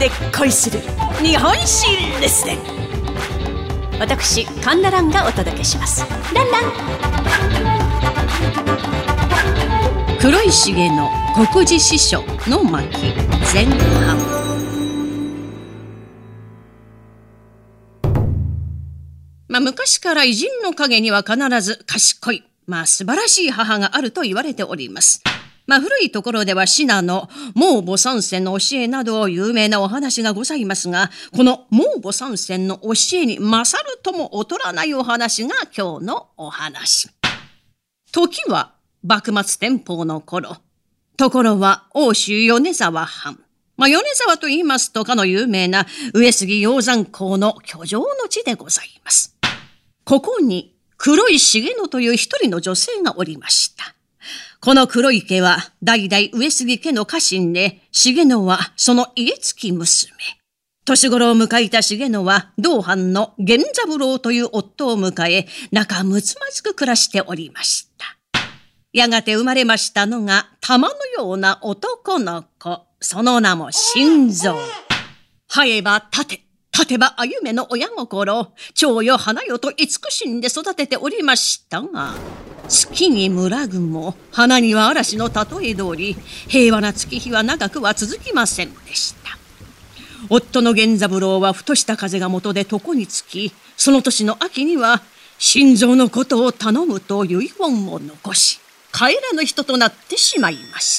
で恋する日本史レッスン。私カンナランがお届けします。ランラン。黒石重の国事司書の巻前半。昔から偉人の陰には必ず賢い、素晴らしい母があると言われております。古いところではシナの孟母三遷の教えなど有名なお話がございますが、この孟母三遷の教えに勝るとも劣らないお話が今日のお話。時は幕末天保の頃、ところは奥州米沢藩。米沢と言いますとかの有名な上杉鷹山公の居城の地でございます。ここに黒井重野という一人の女性がおりました。この黒井家は代々上杉家の家臣で、重野はその家付き娘。年頃を迎えた重野は同藩の源三郎という夫を迎え、仲睦まじく暮らしておりました。やがて生まれましたのが玉のような男の子、その名も新蔵。生えば立てば歩めの親心、蝶よ花よと慈しんで育てておりましたが、月に村雲、花には嵐の例え通り、平和な月日は長くは続きませんでした。夫の源三郎はふとした風が元で床につき、その年の秋には新蔵のことを頼むと遺言を残し、帰らぬ人となってしまいました。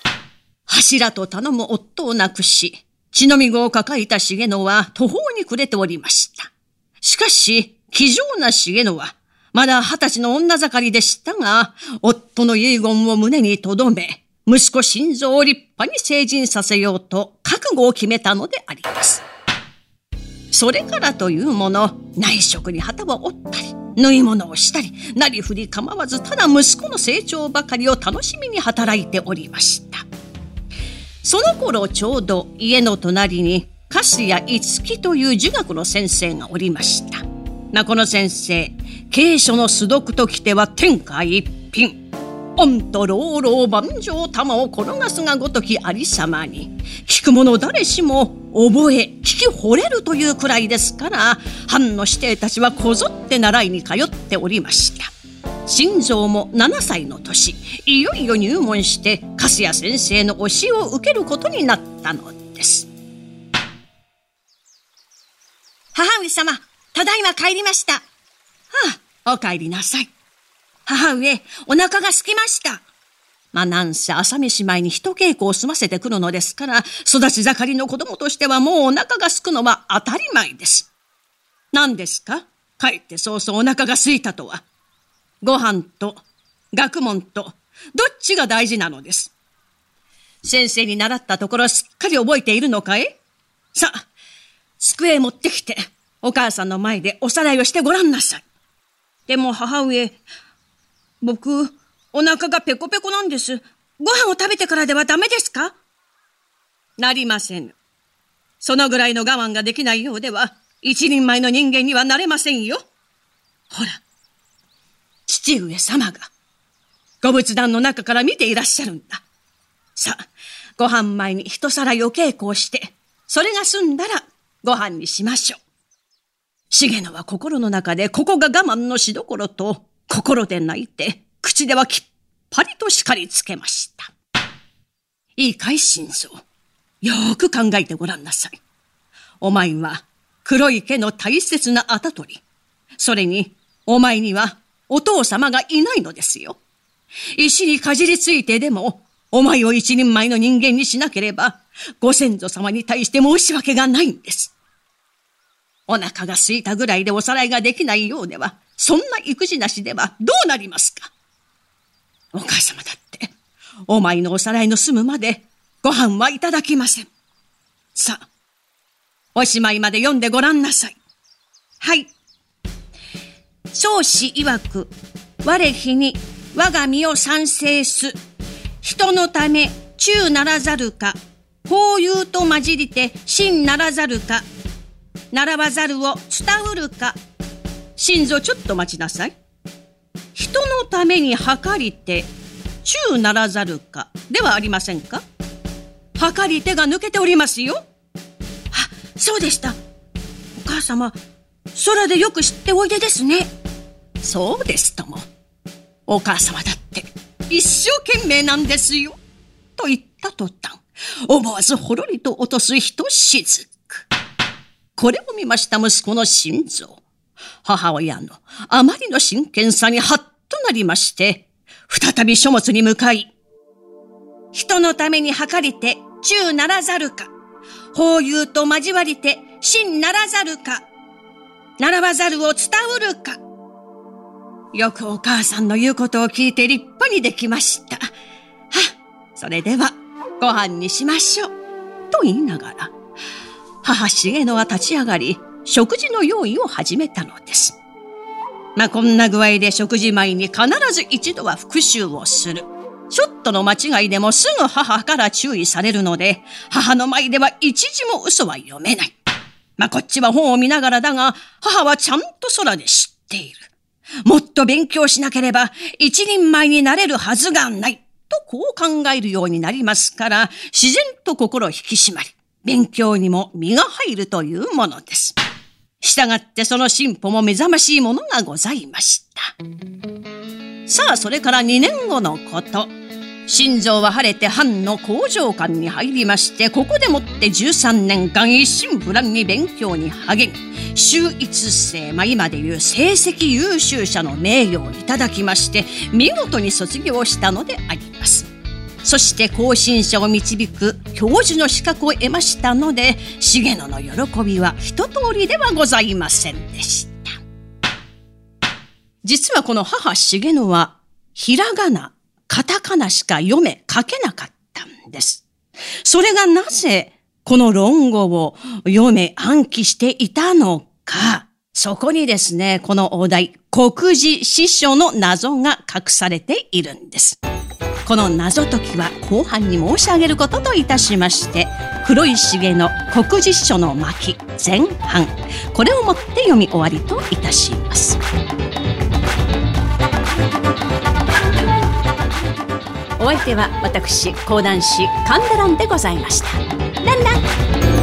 柱と頼む夫を亡くし、血のみ子を抱えた重野は途方に暮れておりました。しかし、気丈な重野は、まだ20歳の女盛りでしたが、夫の遺言を胸に留め、息子新蔵を立派に成人させようと覚悟を決めたのであります。それからというもの、内職に旗を折ったり、縫い物をしたり、なりふり構わず、ただ息子の成長ばかりを楽しみに働いておりました。その頃ちょうど家の隣に粕谷五木という儒学の先生がおりました。この先生、経書の素読ときては天下一品。御と老々万丈玉を転がすがごときありさまに、聞く者誰しも覚え聞き惚れるというくらいですから、藩の子弟たちはこぞって習いに通っておりました。新蔵も7歳の年、いよいよ入門して粕谷先生の教えを受けることになったのです。 母上様、ただいま帰りました。 お帰りなさい。 母上、お腹が空きました。 なんせ朝飯前に一稽古を済ませてくるのですから、育ち盛りの子供としてはもうお腹が空くのは当たり前です。何ですか？帰って早々お腹が空いたとは。ご飯と学問とどっちが大事なのです。先生に習ったところすっかり覚えているのかい？さあ、机へ持ってきてお母さんの前でおさらいをしてごらんなさい。 でも母上、僕、お腹がペコペコなんです。ご飯を食べてからではダメですか？ なりません。そのぐらいの我慢ができないようでは、一人前の人間にはなれませんよ。ほら、父上様が、ご仏壇の中から見ていらっしゃるんだ。さあ、ご飯前に一皿余稽古をして、それが済んだらご飯にしましょう。重野は心の中でここが我慢のしどころと心で泣いて口ではきっぱりと叱りつけました。いいかい新蔵、よーく考えてごらんなさい。お前は黒い家の大切な跡取り、それにお前にはお父様がいないのですよ。石にかじりついてでもお前を一人前の人間にしなければご先祖様に対して申し訳がないんです。お腹が空いたぐらいでおさらいができないようでは、そんな育児なしではどうなりますか。お母様だってお前のおさらいの済むまでご飯はいただきません。さあ、おしまいまで読んでごらんなさい。 はい。宗師曰く、我日に我が身を賛成す。人のため忠ならざるか、法友と混じりて真ならざるか、習わざるを伝うるか。 新蔵、ちょっと待ちなさい。人のために計りて忠ならざるかではありませんか。計り手が抜けておりますよ。 そうでした。お母様、空でよく知っておいでですね。 そうですとも。お母様だって一生懸命なんですよ。と言った途端、思わずほろりと落とすひとしずく。これを見ました息子の心臓。母親のあまりの真剣さにハッとなりまして、再び書物に向かい、 人のために計りて忠ならざるか、法友と交わりて信ならざるか、習わざるを伝うるか。 よくお母さんの言うことを聞いて立派にできました。それではご飯にしましょう。と言いながら、母重野は立ち上がり、食事の用意を始めたのです。こんな具合で食事前に必ず一度は復習をする。ちょっとの間違いでもすぐ母から注意されるので、母の前では一字も嘘は読めない。こっちは本を見ながらだが、母はちゃんと空で知っている。もっと勉強しなければ一人前になれるはずがない。とこう考えるようになりますから、自然と心引き締まり、勉強にも身が入るというものです。したがってその進歩も目覚ましいものがございました。さあ、それから2年後のこと。新蔵は晴れて藩の工場館に入りまして、ここでもって13年間一心不乱に勉強に励み、秀逸生、今でいう成績優秀者の名誉をいただきまして、見事に卒業したのであります。そして後進者を導く教授の資格を得ましたので、重野の喜びは一通りではございませんでした。実はこの母重野はひらがな、カタカナしか読め書けなかったんです。それがなぜこの論語を読め暗記していたのか、そこにですね、このお題、国字司書の謎が隠されているんです。この謎解きは後半に申し上げることといたしまして、黒井重の国字司書の巻前半、これをもって読み終わりといたします。お相手は私講談師神田蘭でございました。ランラン。